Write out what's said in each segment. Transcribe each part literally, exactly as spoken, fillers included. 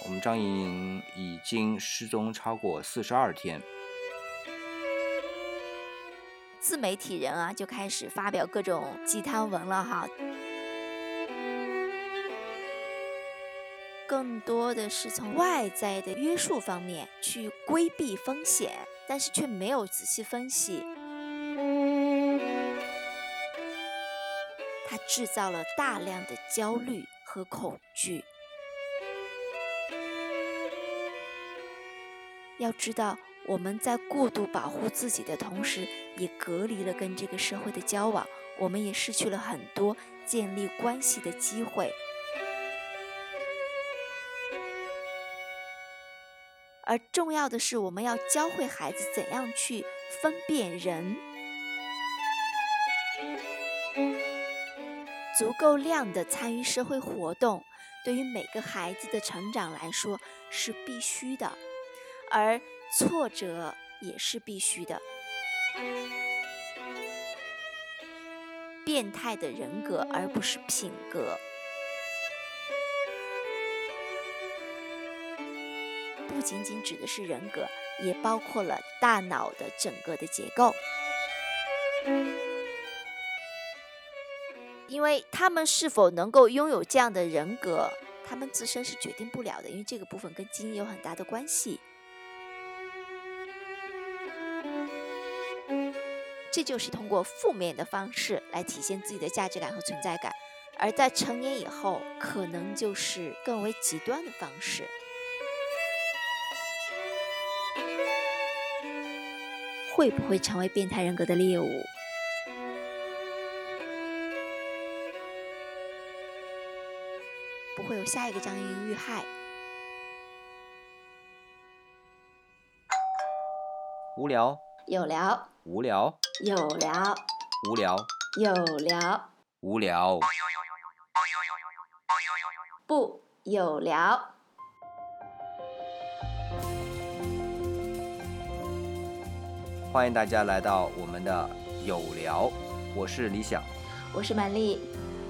我们张莹莹已经失踪超过四十二天。 自媒体人啊，就开始发表各种鸡汤文了哈，更多的是从外在的约束方面去规避风险，但是却没有仔细分析，它制造了大量的焦虑和恐惧。要知道，我们在过度保护自己的同时，也隔离了跟这个社会的交往，我们也失去了很多建立关系的机会。而重要的是，我们要教会孩子怎样去分辨人。足够量的参与社会活动，对于每个孩子的成长来说是必须的，而挫折也是必须的。变态的人格而不是品格。不仅仅指的是人格，也包括了大脑的整个的结构。因为他们是否能够拥有这样的人格，他们自身是决定不了的，因为这个部分跟基因有很大的关系。这就是通过负面的方式来体现自己的价值感和存在感，而在成年以后，可能就是更为极端的方式。会不会成为变态人格的猎物？不会有下一个张莹莹遇害。 无聊， 有聊， 无聊， 有聊， 无聊， 有聊， 无聊， 不有聊。 欢迎大家来到我们的有聊，我是李想， 我是满丽。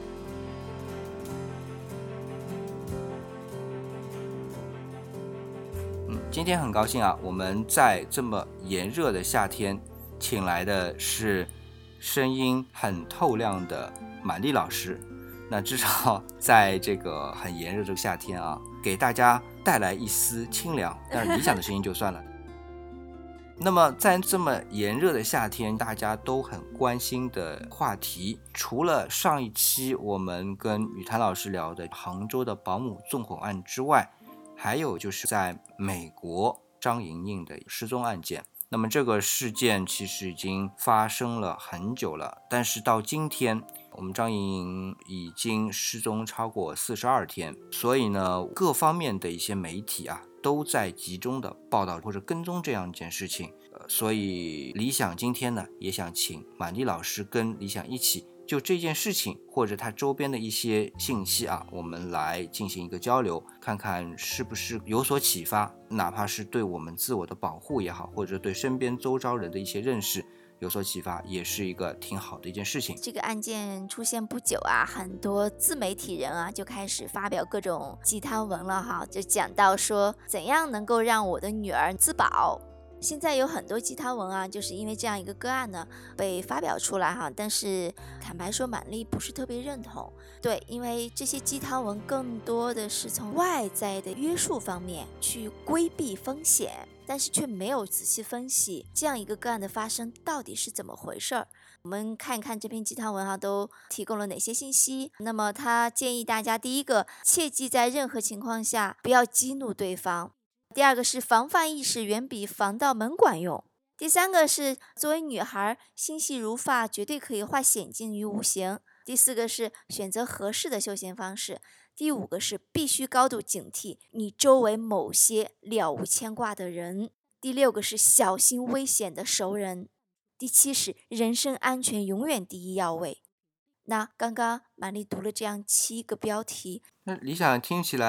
嗯，今天很高兴啊，我们在这么炎热的夏天，请来的是声音很透亮的满丽老师。那至少在这个很炎热这个夏天啊，给大家带来一丝清凉，但是理想的声音就算了。那么在这么炎热的夏天，大家都很关心的话题，除了上一期我们跟雨谭老师聊的杭州的保姆纵火案之外，还有就是在美国张莹莹的失踪案件。那么这个事件其实已经发生了很久了，但是到今天我们张莹莹已经失踪超过四十二天，所以呢各方面的一些媒体啊都在集中的报道或者跟踪这样一件事情。呃，所以理想今天呢也想请满丽老师跟理想一起就这件事情或者它周边的一些信息啊，我们来进行一个交流，看看是不是有所启发，哪怕是对我们自我的保护也好，或者对身边周遭人的一些认识有所启发，也是一个挺好的一件事情。 这个案件出现不久啊，很多自媒体人啊就开始发表各种鸡汤文了哈，就讲到说怎样能够让我的女儿自保。现在有很多鸡汤文啊，就是因为这样一个个案呢被发表出来哈，但是坦白说满丽不是特别认同。对，因为这些鸡汤文更多的是从外在的约束方面去规避风险，但是却没有仔细分析这样一个个案的发生到底是怎么回事儿。我们看一看这篇鸡汤文哈、啊，都提供了哪些信息。那么他建议大家，第一个，切记在任何情况下不要激怒对方。第二个是防范意识远比防盗门管用。第三个是作为女孩，心细如发，绝对可以化险境于无形。第四个是选择合适的休闲方式。第五个是必须高度警惕你周围某些了无牵挂的人。第六个是小心危险的熟人。第七是人身安全永远第一要位。那刚刚满丽读了这样七个标题， 那理想听起来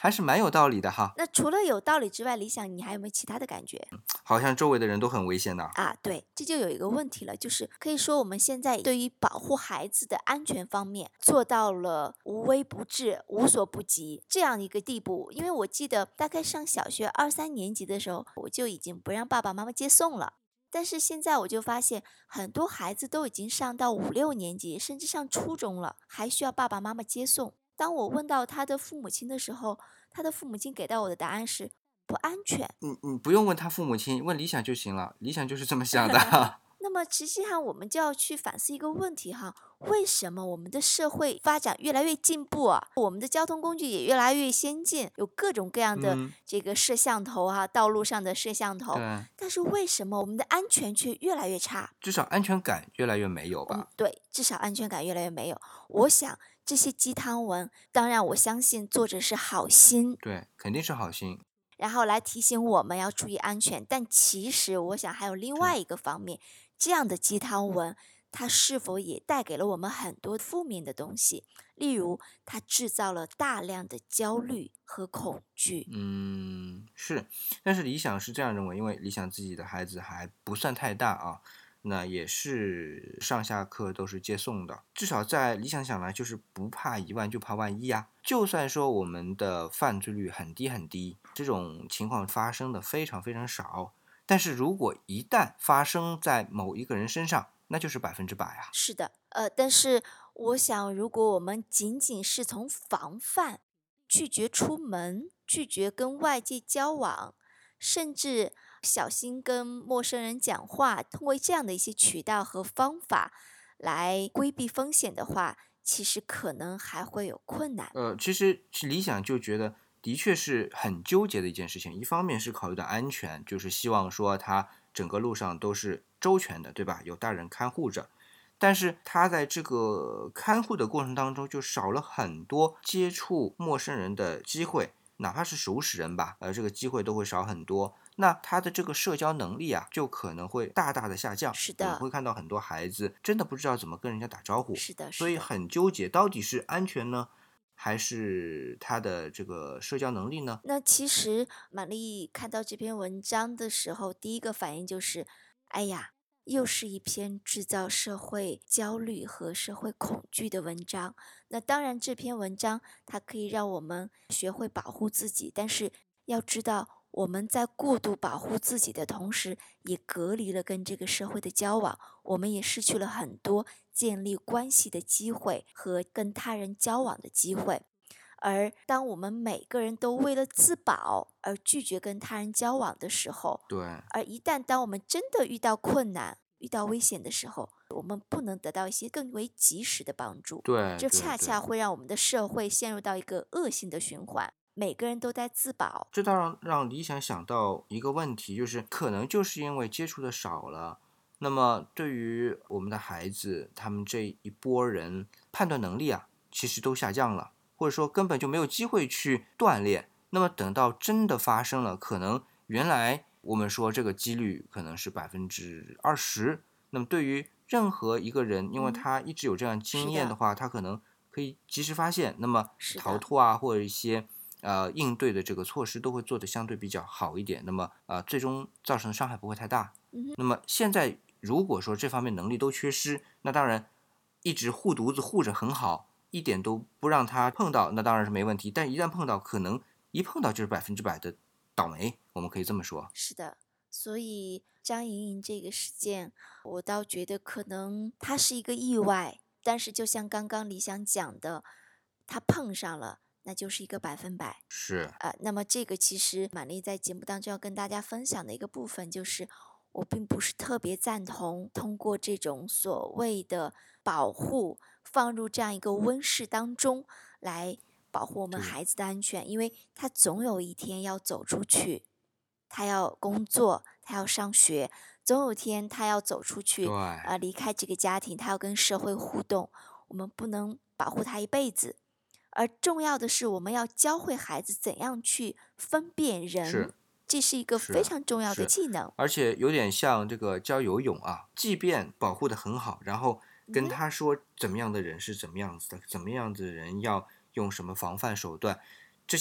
还是蛮有道理的哈。 那除了有道理之外，理想你还有没有其他的感觉？ 好像周围的人都很危险的。 啊，对，这就有一个问题了，就是可以说我们现在对于保护孩子的安全方面做到了无微不至、无所不及这样一个地步。因为我记得大概上小学二三年级的时候，我就已经不让爸爸妈妈接送了。但是现在我就发现，很多孩子都已经上到五六年级，甚至上初中了，还需要爸爸妈妈接送。当我问到他的父母亲的时候，他的父母亲给到我的答案是不安全。 你你不用问他父母亲，问理想就行了，理想就是这么想的。 那么实际上我们就要去反思一个问题哈，为什么我们的社会发展越来越进步啊，我们的交通工具也越来越先进，有各种各样的嗯， 这个摄像头啊，道路上的摄像头， 对， 但是为什么我们的安全却越来越差？ 至少安全感越来越没有我们吧。 对，至少安全感越来越没有。我想这些鸡汤文，当然我相信作者是好心， 对，肯定是好心。 然后来提醒我们要注意安全。但其实我想还有另对， 外一个方面，这样的鸡汤文，它是否也带给了我们很多负面的东西？例如，它制造了大量的焦虑和恐惧。 嗯，是，但是理想是这样认为，因为理想自己的孩子还不算太大啊，那也是上下课都是接送的，至少在理想想来，就是不怕一万就怕万一啊。就算说我们的犯罪率很低很低，这种情况发生的非常非常少，但是如果一旦发生在某一个人身上，那就是百分之百啊。 是的，呃，但是我想，如果我们仅仅是从防范、拒绝出门、拒绝跟外界交往，甚至小心跟陌生人讲话，通过这样的一些渠道和方法来规避风险的话，其实可能还会有困难。 呃，其实其理想就觉得的确是很纠结的一件事情。一方面是考虑到安全，就是希望说他整个路上都是周全的，对吧？有大人看护着。但是他在这个看护的过程当中，就少了很多接触陌生人的机会，哪怕是熟识人吧，呃，这个机会都会少很多。那他的这个社交能力啊，就可能会大大的下降。 是的， 我们会看到很多孩子真的不知道怎么跟人家打招呼， 是的， 所以是的。 很纠结，到底是安全呢，还是他的这个社交能力呢？ 那其实玛丽看到这篇文章的时候，第一个反应就是，哎呀，又是一篇制造社会焦虑和社会恐惧的文章。那当然，这篇文章它可以让我们学会保护自己，但是要知道，我们在过度保护自己的同时，也隔离了跟这个社会的交往，我们也失去了很多建立关系的机会和跟他人交往的机会。而当我们每个人都为了自保而拒绝跟他人交往的时候， 对而一旦当我们真的遇到困难、遇到危险的时候，我们不能得到一些更为及时的帮助， 对对这恰恰对， 会让我们的社会陷入到一个恶性的循环，每个人都在自保。 这倒让让理想想到一个问题，就是可能就是因为接触的少了，那么对于我们的孩子，他们这一波人判断能力啊，其实都下降了，或者说根本就没有机会去锻炼。那么等到真的发生了，可能原来我们说这个几率可能是百分之二十，那么对于任何一个人，因为嗯， 他一直有这样经是的， 验的话，他可能可以及时发现，那么是的， 逃脱啊，或者一些呃应对的这个措施都会做得相对比较好一点，那么呃最终造成的伤害不会太大。 嗯哼， 那么现在如果说这方面能力都缺失，那当然一直护犊子护着很好，一点都不让他碰到，那当然是没问题。但一旦碰到，可能一碰到就是百分之百的倒霉，我们可以这么说。 是的。所以张莹莹这个事件，我倒觉得可能它是一个意外，但是就像刚刚理想讲的，他碰上了，那就是一个百分百。 是， 呃，那么这个其实玛丽在节目当中要跟大家分享的一个部分，就是我并不是特别赞同通过这种所谓的保护放入这样一个温室当中来保护我们对孩子的安全，因为他总有一天要走出去，他要工作，他要上学，总有一天他要走出去， 对呃，离开这个家庭，他要跟社会互动，我们不能保护他一辈子。而重要的是，我们要教会孩子怎样去分辨人， 是这是一个非是常重要的是， 技能。 而且有点像这个教游泳啊，即便保护的很好，然后跟嗯哼， 他说怎么样的人是怎么样子的，怎么样子的人要用什么防范手段，这些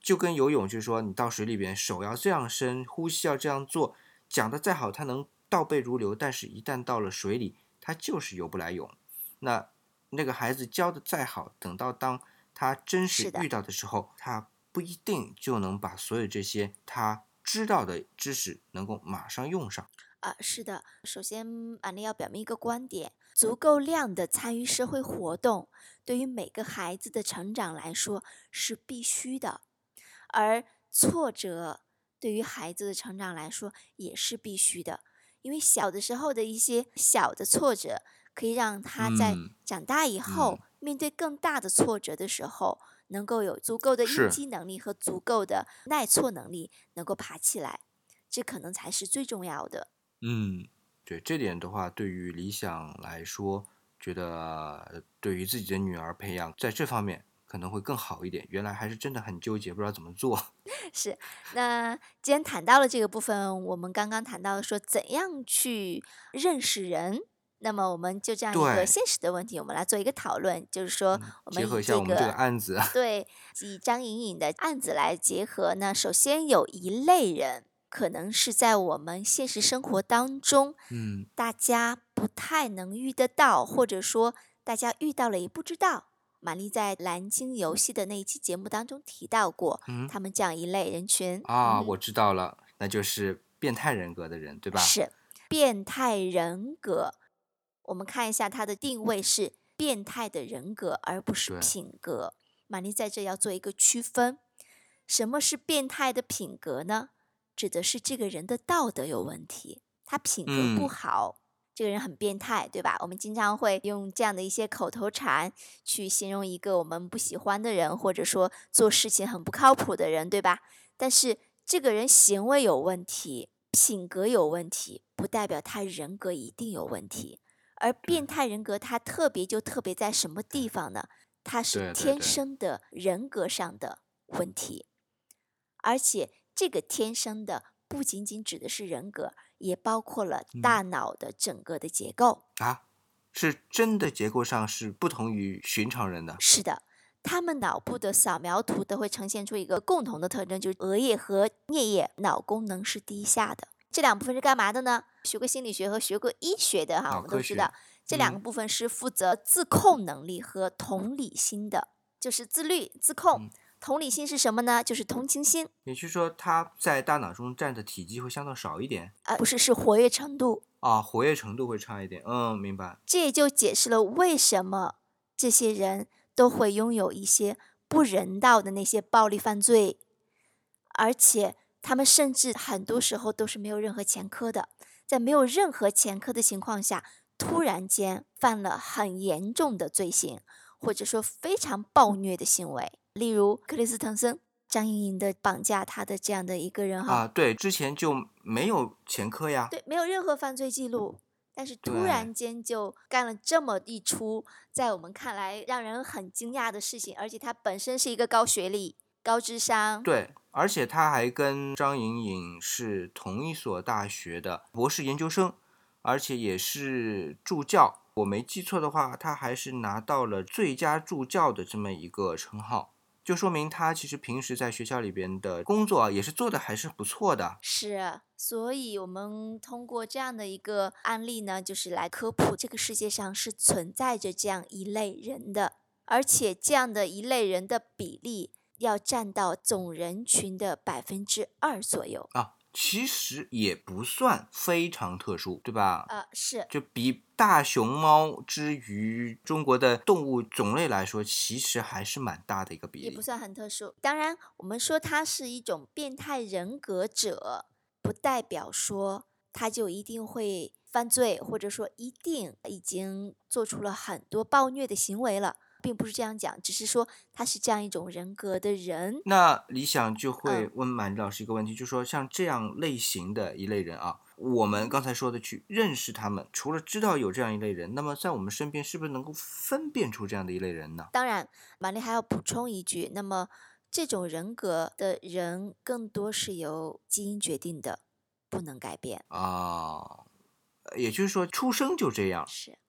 就跟游泳，就是说你到水里边手要这样伸，呼吸要这样做，讲的再好，他能倒背如流，但是一旦到了水里，他就是游不来泳。那那个孩子教的再好，等到当他真实遇到的时候，他不一定就能把所有这些他知道的知识能够马上用上。 啊，是的。首先，玛丽要表明一个观点：足够量的参与社会活动，对于每个孩子的成长来说是必须的，而挫折对于孩子的成长来说也是必须的。因为小的时候的一些小的挫折，可以让他在嗯长大以后、 嗯， 面对更大的挫折的时候，能够有足够的应是， 激能力和足够的耐挫能力，能够爬起来，这可能才是最重要的。 嗯，对这点的话，对于理想来说，觉得呃对于自己的女儿培养在这方面可能会更好一点。原来还是真的很纠结，不知道怎么做。 是，那既然谈到了这个部分，我们刚刚谈到了说怎样去认识人，那么我们就这样一个对， 现实的问题，我们来做一个讨论，就是说嗯，结合我们以一下我们这个这个案子。 对以张颖颖的案子来结合呢，首先有一类人，可能是在我们现实生活当中， 嗯大家不太能遇得到，或者说大家遇到了也不知道。玛丽在蓝鲸游戏的那一期节目当中提到过， 嗯他们这样一类人群。嗯啊，我哼， 知道了，那就是变态人格的人，对吧？ 是变态人格。我们看一下它的定位是变态的人格，而不是对， 品格。玛丽在这要做一个区分。什么是变态的品格呢？指的是这个人的道德有问题，他品格不嗯， 好，这个人很变态，对吧？我们经常会用这样的一些口头禅去形容一个我们不喜欢的人，或者说做事情很不靠谱的人，对吧？但是这个人行为有问题，品格有问题，不代表他人格一定有问题。而对变态人格，它特别就特别在什么地方呢？它是天对对对， 生的人格上的问题。而且这个天生的不仅仅指的是人格，也包括了嗯大脑的整个的结构。 啊，是真的结构上是不同于寻常人的。 是的，他们脑部的扫描图都会呈现出一个共同的特征，就是额叶和颞叶脑功能是低下的。这两部分是干嘛的呢？学过心理学和学过医学的哈，我脑科学， 们都知道，这两个嗯部分是负责自控能力和同理心的，就是自律、自控。 嗯， 同理心是什么呢？就是同情心， 也就是说，它在大脑中占的体积会相对少一点啊、不是，是活跃程度。 啊，活跃程度会差一点。嗯，明白。 这也就解释了为什么这些人都会拥有一些不人道的那些暴力犯罪，而且他们甚至很多时候都是没有任何前科的，在没有任何前科的情况下，突然间犯了很严重的罪行，或者说非常暴虐的行为，例如克里斯滕森、张莹莹的绑架他的这样的一个人哈， 啊，对，之前就没有前科呀。 对，没有任何犯罪记录，但是突对然间就干了这么一出，在我们看来让人很惊讶的事情，而且他本身是一个高学历、高智商， 对，而且他还跟张颖颖是同一所大学的博士研究生，而且也是助教。我没记错的话，他还是拿到了最佳助教的这么一个称号，就说明他其实平时在学校里边的工作啊也是做的还是不错的。 是，所以我们通过这样的一个案例呢，就是来科普这个世界上是存在着这样一类人的，而且这样的一类人的比例要占到总人群的百分之二左右。 啊，其实也不算非常特殊，对吧？ 呃，是就比大熊猫之于中国的动物种类来说，其实还是蛮大的一个比例。 也不算很特殊。当然，我们说他是一种变态人格者，不代表说他就一定会犯罪，或者说一定已经做出了很多暴虐的行为了，并不是这样讲，只是说他是这样一种人格的人。 那理想就会嗯问满老师一个问题，就是说像这样类型的一类人啊，我们刚才说的去认识他们，除了知道有这样一类人，那么在我们身边是不是能够分辨出这样的一类人呢？ 当然，玛丽还要补充一句，那么这种人格的人更多是由基因决定的，不能改变。 啊，也就是说出生就这样。 是。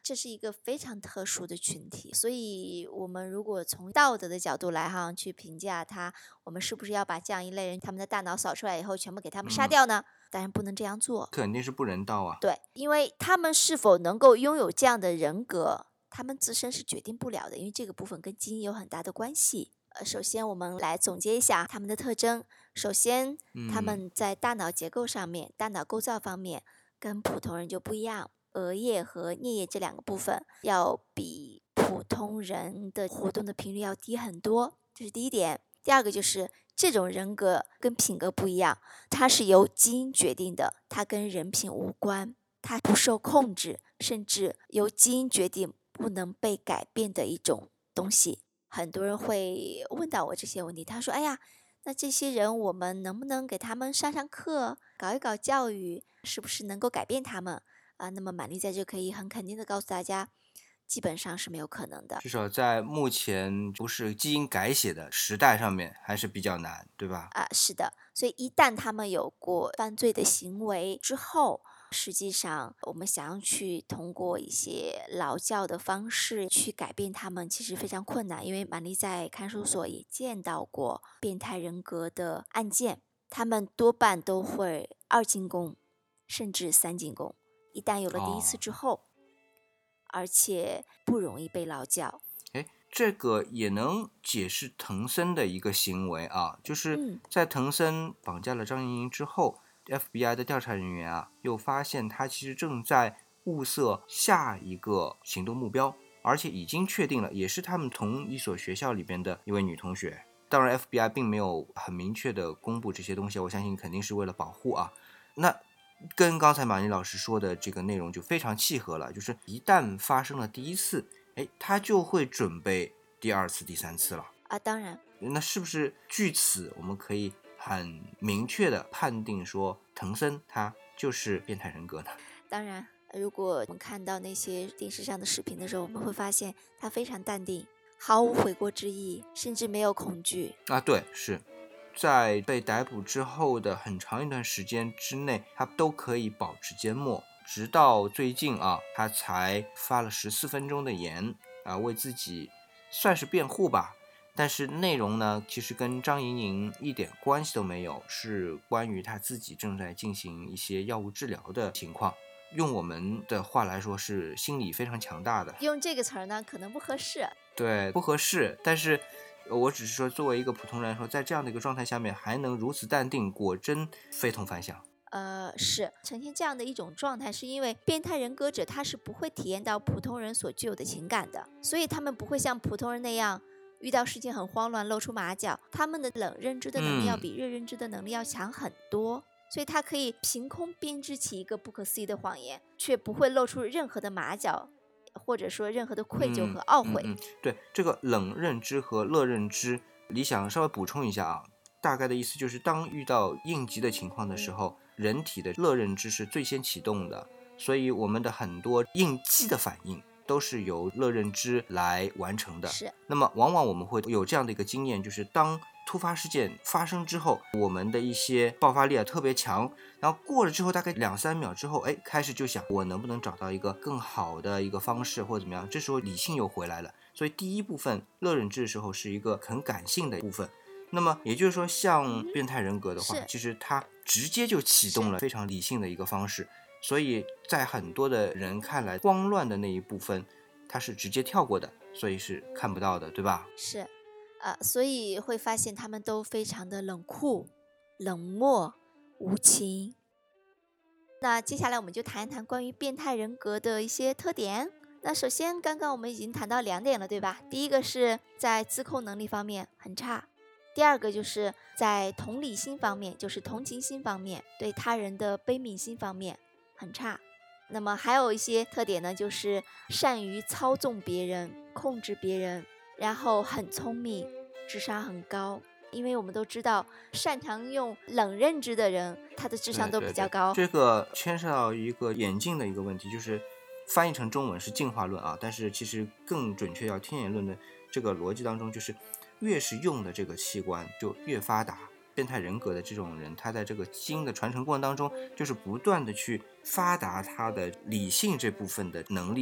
这是一个非常特殊的群体，所以我们如果从道德的角度来哈去评价他，我们是不是要把这样一类人他们的大脑扫出来以后全部给他们杀嗯， 掉呢？当然不能这样做。 肯定是不人道啊。 对，因为他们是否能够拥有这样的人格，他们自身是决定不了的，因为这个部分跟基因有很大的关系。呃，首先我们来总结一下他们的特征。首先，他嗯， 们在大脑结构上面、大脑构造方面跟普通人就不一样。额叶和颞叶这两个部分要比普通人的活动的频率要低很多，这是第一点。第二个就是这种人格跟品格不一样，它是由基因决定的，它跟人品无关，它不受控制，甚至由基因决定，不能被改变的一种东西。很多人会问到我这些问题，他说：“哎呀，那这些人我们能不能给他们上上课，搞一搞教育，是不是能够改变他们？”啊，那么玛丽在这可以很肯定的告诉大家，基本上是没有可能的。 至少在目前不是基因改写的时代上面还是比较难，对吧？ 啊，是的，所以一旦他们有过犯罪的行为之后，实际上我们想要去通过一些劳教的方式去改变他们，其实非常困难。因为玛丽在看守所也见到过变态人格的案件，他们多半都会二进宫，甚至三进宫。一旦有了第一次哦， 之后，而且不容易被劳教。 哎，这个也能解释滕森的一个行为啊，就是嗯， 在滕森绑架了张莹莹之后，F B I 的调查人员啊，又发现他其实正在物色下一个行动目标，而且已经确定了，也是他们同一所学校里边的一位女同学。当然 F B I 并没有很明确的公布这些东西，我相信肯定是为了保护啊。那跟刚才马丽老师说的这个内容就非常契合了，就是一旦发生了第一次，哎，他就会准备第二次、第三次了。 啊，当然， 那是不是据此我们可以很明确的判定说，滕森他就是变态人格呢？ 当然，如果我们看到那些电视上的视频的时候，我们会发现他非常淡定，毫无悔过之意，甚至没有恐惧。 啊，对，是在被逮捕之后的很长一段时间之内，他都可以保持缄默，直到最近啊，他才发了十四分钟的言啊，为自己算是辩护吧。但是内容呢，其实跟张莹莹一点关系都没有，是关于他自己正在进行一些药物治疗的情况。用我们的话来说，是心理非常强大的。 用这个词儿呢，可能不合适。 对，不合适。但是，呃我只是说，作为一个普通人来说，在这样的一个状态下面，还能如此淡定，果真非同凡响。 呃，是呈现这样的一种状态，是因为变态人格者他是不会体验到普通人所具有的情感的，所以他们不会像普通人那样遇到事情很慌乱露出马脚，他们的冷认知的能力要嗯， 比热认知的能力要强很多。所以他可以凭空编织起一个不可思议的谎言，却不会露出任何的马脚，或者说任何的愧疚和嗯懊悔。 嗯嗯，对，这个冷认知和热认知，理想稍微补充一下啊，大概的意思就是，当遇到应急的情况的时候，人体的热认知是最先启动的，所以我们的很多应激的反应都是由热认知来完成的。 是， 那么，往往我们会有这样的一个经验，就是当突发事件发生之后，我们的一些爆发力啊特别强，然后过了之后大概两三秒之后，哎，开始就想我能不能找到一个更好的一个方式或者怎么样，这时候理性又回来了。所以第一部分热认知的时候是一个很感性的部分。那么也就是说，像变态人格的话， 是其实它直接就启动了非常理性的一个方式，所以在很多的人看来，慌乱的那一部分，它是直接跳过的，所以是看不到的，对吧？ 是，啊，所以会发现他们都非常的冷酷、冷漠、无情。那接下来我们就谈一谈关于变态人格的一些特点。那首先，刚刚我们已经谈到两点了，对吧？第一个是在自控能力方面很差，第二个就是在同理心方面，就是同情心方面，对他人的悲悯心方面很差。那么还有一些特点呢，就是善于操纵别人、控制别人，然后很聪明，智商很高。因为我们都知道，擅长用冷认知的人，他的智商都对对对， 比较高。 这个牵涉到一个眼镜的一个问题，就是翻译成中文是进化论啊，但是其实更准确要天演论的这个逻辑当中，就是越是用的这个器官就越发达。变态人格的这种人，他在这个基因的传承过程当中，就是不断的去发达他的理性这部分的能力，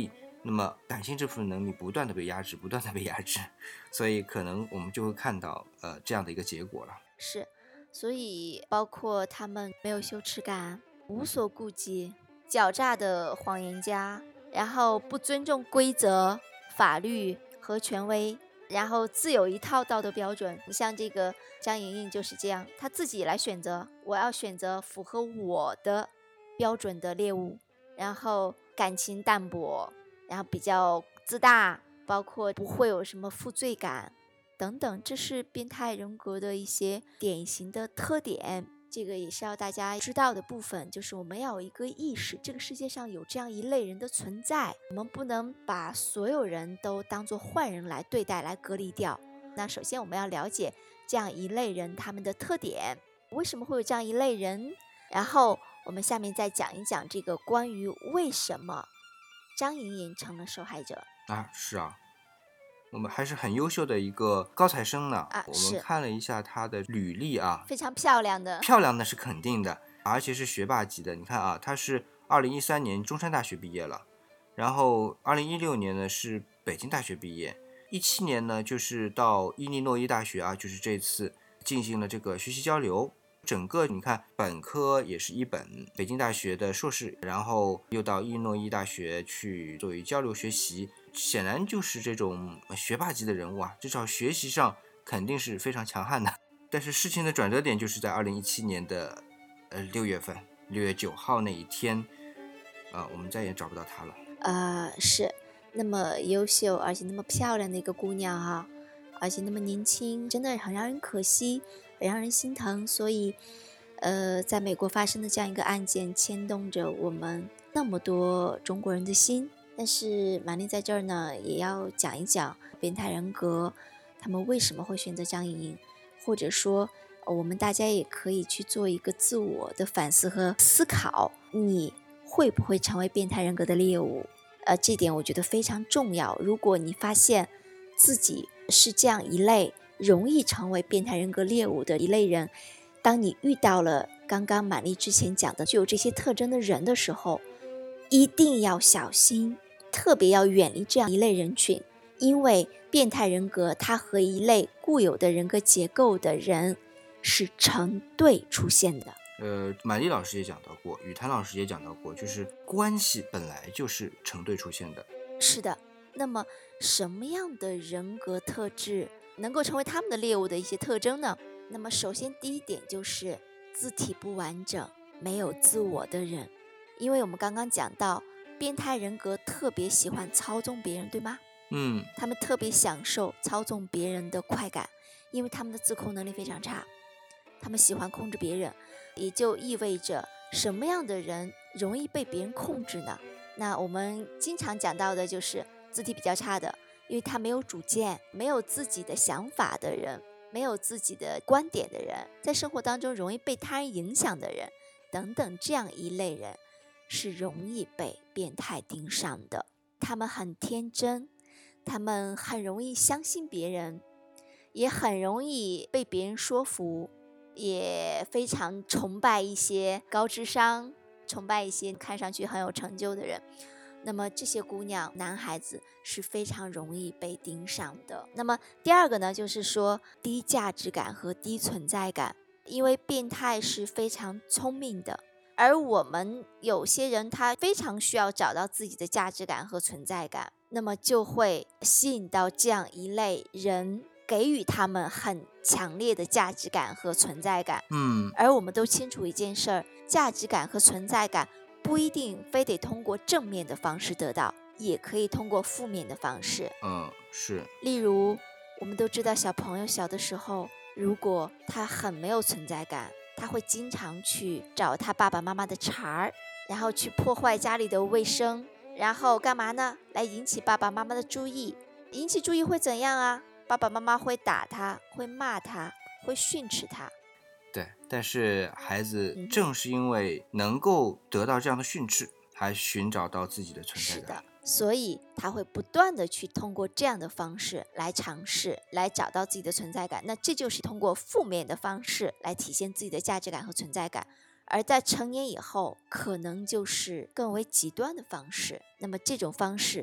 那么感性这部分能力不断的被压制，不断的被压制，所以可能我们就会看到呃这样的一个结果了。 是，所以包括他们没有羞耻感，无所顾忌，狡诈的谎言家，然后不尊重规则、法律和权威，然后自有一套道德标准。你像这个张莹莹就是这样，她自己来选择，我要选择符合我的标准的猎物，然后感情淡薄，然后比较自大，包括不会有什么负罪感等等，这是变态人格的一些典型的特点。这个也是要大家知道的部分，就是我们要有一个意识，这个世界上有这样一类人的存在，我们不能把所有人都当作坏人来对待，来隔离掉。那首先我们要了解这样一类人他们的特点，为什么会有这样一类人，然后我们下面再讲一讲这个关于为什么张莹莹成了受害者啊。是啊，我们还是很优秀的一个高材生呢。 啊， 我们看了一下她的履历啊， 非常漂亮的， 漂亮的是肯定的，而且是学霸级的。你看啊，她是二零一三年中山大学毕业了，然后二零一六年呢是北京大学毕业，一七年呢就是到伊利诺伊大学啊，就是这次进行了这个学习交流。整个你看，本科也是一本，北京大学的硕士，然后又到伊利诺伊大学去作为交流学习，显然就是这种学霸级的人物啊，至少学习上肯定是非常强悍的。但是事情的转折点就是在二零一七年的呃六月份，六月九号那一天，啊、呃，我们再也找不到她了。 呃，是那么优秀而且那么漂亮的一个姑娘哈、啊，而且那么年轻，真的很让人可惜。让人心疼，所以，呃，在美国发生的这样一个案件，牵动着我们那么多中国人的心。但是玛丽在这儿呢，也要讲一讲变态人格，他们为什么会选择张莹莹，或者说，我们大家也可以去做一个自我的反思和思考，你会不会成为变态人格的猎物？呃，这点我觉得非常重要。如果你发现自己是这样一类容易成为变态人格猎物的一类人，当你遇到了刚刚玛丽之前讲的具有这些特征的人的时候，一定要小心，特别要远离这样一类人群，因为变态人格它和一类固有的人格结构的人是成对出现的。 呃，玛丽老师也讲到过，雨谭老师也讲到过，就是关系本来就是成对出现的。 是的，那么什么样的人格特质能够成为他们的猎物的一些特征呢？那么首先第一点就是字体不完整，没有自我的人。因为我们刚刚讲到变态人格特别喜欢操纵别人，对吗？ 嗯， 他们特别享受操纵别人的快感，因为他们的自控能力非常差，他们喜欢控制别人，也就意味着什么样的人容易被别人控制呢？那我们经常讲到的就是字体比较差的，因为他没有主见，没有自己的想法的人，没有自己的观点的人，在生活当中容易被他人影响的人等等，这样一类人是容易被变态盯上的。他们很天真，他们很容易相信别人，也很容易被别人说服，也非常崇拜一些高智商，崇拜一些看上去很有成就的人。那么这些姑娘男孩子是非常容易被盯上的。那么第二个呢，就是说低价值感和低存在感。因为变态是非常聪明的，而我们有些人他非常需要找到自己的价值感和存在感，那么就会吸引到这样一类人，给予他们很强烈的价值感和存在感。 嗯， 而我们都清楚一件事儿，价值感和存在感不一定非得通过正面的方式得到，也可以通过负面的方式。 嗯，是。 例如我们都知道小朋友小的时候，如果他很没有存在感，他会经常去找他爸爸妈妈的茬儿，然后去破坏家里的卫生，然后干嘛呢？来引起爸爸妈妈的注意。引起注意会怎样啊？爸爸妈妈会打他，会骂他，会训斥他。 对，但是孩子正是因为能够得到这样的训斥，还寻找到自己的存在感。 是的，所以他会不断的去通过这样的方式来尝试，来找到自己的存在感。那这就是通过负面的方式来体现自己的价值感和存在感。而在成年以后，可能就是更为极端的方式。那么这种方式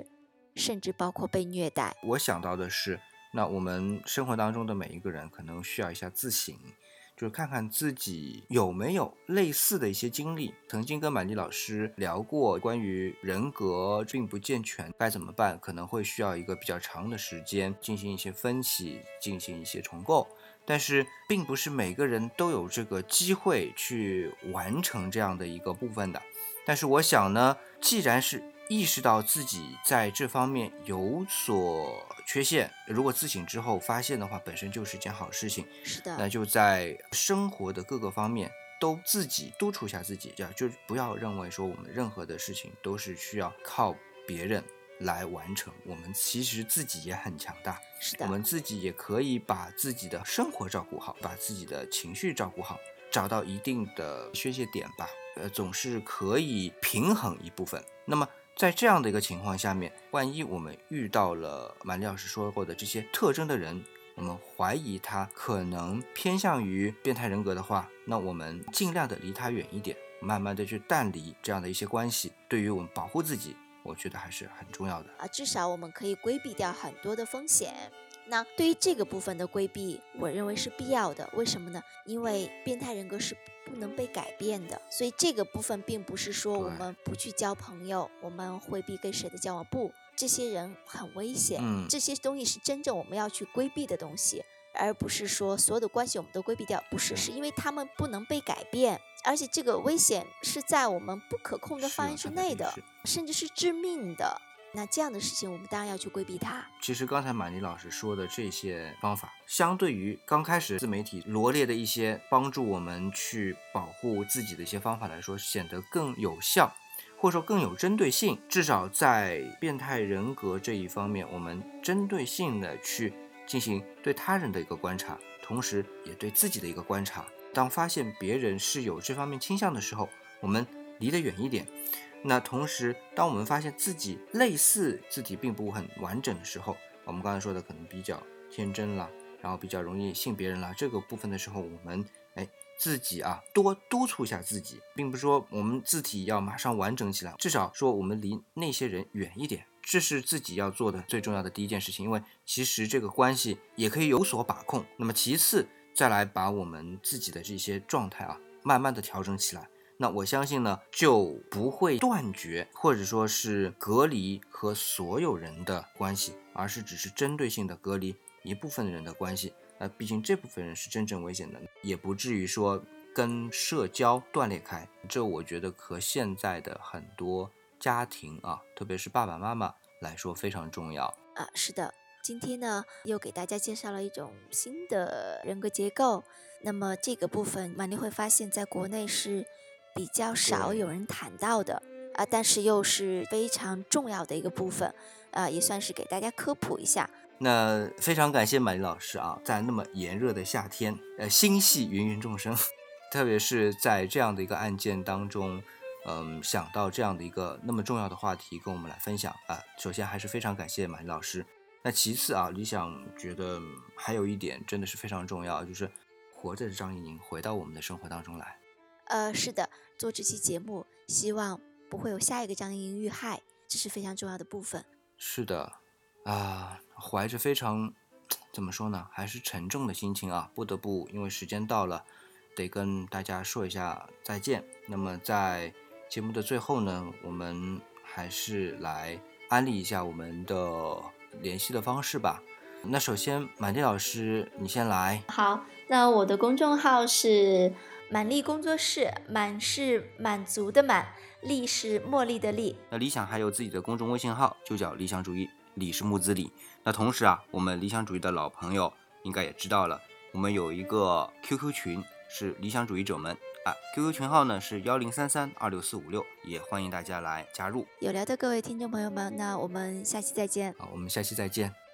甚至包括被虐待。 我想到的是，那我们生活当中的每一个人可能需要一下自省，就是看看自己有没有类似的一些经历。曾经跟满丽老师聊过关于人格并不健全该怎么办，可能会需要一个比较长的时间进行一些分析，进行一些重构。但是并不是每个人都有这个机会去完成这样的一个部分的。但是我想呢，既然是意识到自己在这方面有所缺陷，如果自省之后发现的话，本身就是件好事情。 是的， 那就在生活的各个方面都自己督促一下自己，这样就不要认为说我们任何的事情都是需要靠别人来完成，我们其实自己也很强大。 是的， 我们自己也可以把自己的生活照顾好，把自己的情绪照顾好，找到一定的宣泄点吧，呃，总是可以平衡一部分。那么在这样的一个情况下面，万一我们遇到了满丽老师说过的这些特征的人，我们怀疑他可能偏向于变态人格的话，那我们尽量的离他远一点，慢慢的去淡离这样的一些关系，对于我们保护自己，我觉得还是很重要的啊，至少我们可以规避掉很多的风险。那对于这个部分的规避，我认为是必要的。为什么呢？因为变态人格是不能被改变的，所以这个部分并不是说我们不去交朋友，我们回避跟谁的交往，不，这些人很危险， 嗯， 这些东西是真正我们要去规避的东西，而不是说所有的关系我们都规避掉，不是，是因为他们不能被改变，而且这个危险是在我们不可控的范围之内的，甚至是致命的。那这样的事情我们当然要去规避它。 其实刚才满丽老师说的这些方法，相对于刚开始自媒体罗列的一些帮助我们去保护自己的一些方法来说，显得更有效，或者说更有针对性。至少在变态人格这一方面，我们针对性的去进行对他人的一个观察，同时也对自己的一个观察。当发现别人是有这方面倾向的时候，我们离得远一点。那同时当我们发现自己类似字体并不很完整的时候，我们刚才说的可能比较天真啦，然后比较容易信别人啦，这个部分的时候，我们哎自己啊多督促一下自己，并不是说我们字体要马上完整起来，至少说我们离那些人远一点，这是自己要做的最重要的第一件事情。因为其实这个关系也可以有所把控，那么其次再来把我们自己的这些状态啊慢慢的调整起来，那我相信呢，就不会断绝或者说是隔离和所有人的关系，而是只是针对性的隔离一部分人的关系。那毕竟这部分人是真正危险的，也不至于说跟社交断裂开。这我觉得和现在的很多家庭啊，特别是爸爸妈妈来说非常重要啊。是的，今天呢又给大家介绍了一种新的人格结构。那么这个部分满丽会发现在国内是比较少有人谈到的啊，但是又是非常重要的一个部分啊，也算是给大家科普一下。 那非常感谢满丽老师啊，在那么炎热的夏天，呃，心系芸芸众生，特别是在这样的一个案件当中，嗯，想到这样的一个那么重要的话题跟我们来分享啊，首先还是非常感谢满丽老师。那其次啊，理想觉得还有一点真的是非常重要，就是活着的张怡宁回到我们的生活当中来。 呃，是的，做这期节目，希望不会有下一个张怡宁遇害，这是非常重要的部分。 是的，啊，怀着非常怎么说呢，还是沉重的心情啊，不得不因为时间到了，得跟大家说一下再见。那么在节目的最后呢，我们还是来安利一下我们的联系的方式吧。那首先，满丽老师，你先来。 好，那我的公众号是满丽工作室，满是满足的满，丽是茉莉的丽。 那理想还有自己的公众微信号，就叫理想主义，李是木子李。那同时啊，我们理想主义的老朋友应该也知道了，我们有一个 Q Q 群，是理想主义者们啊 ，Q Q 群号呢是幺零三三二六四五六，也欢迎大家来加入。 有聊的各位听众朋友们，那我们下期再见。 好，我们下期再见。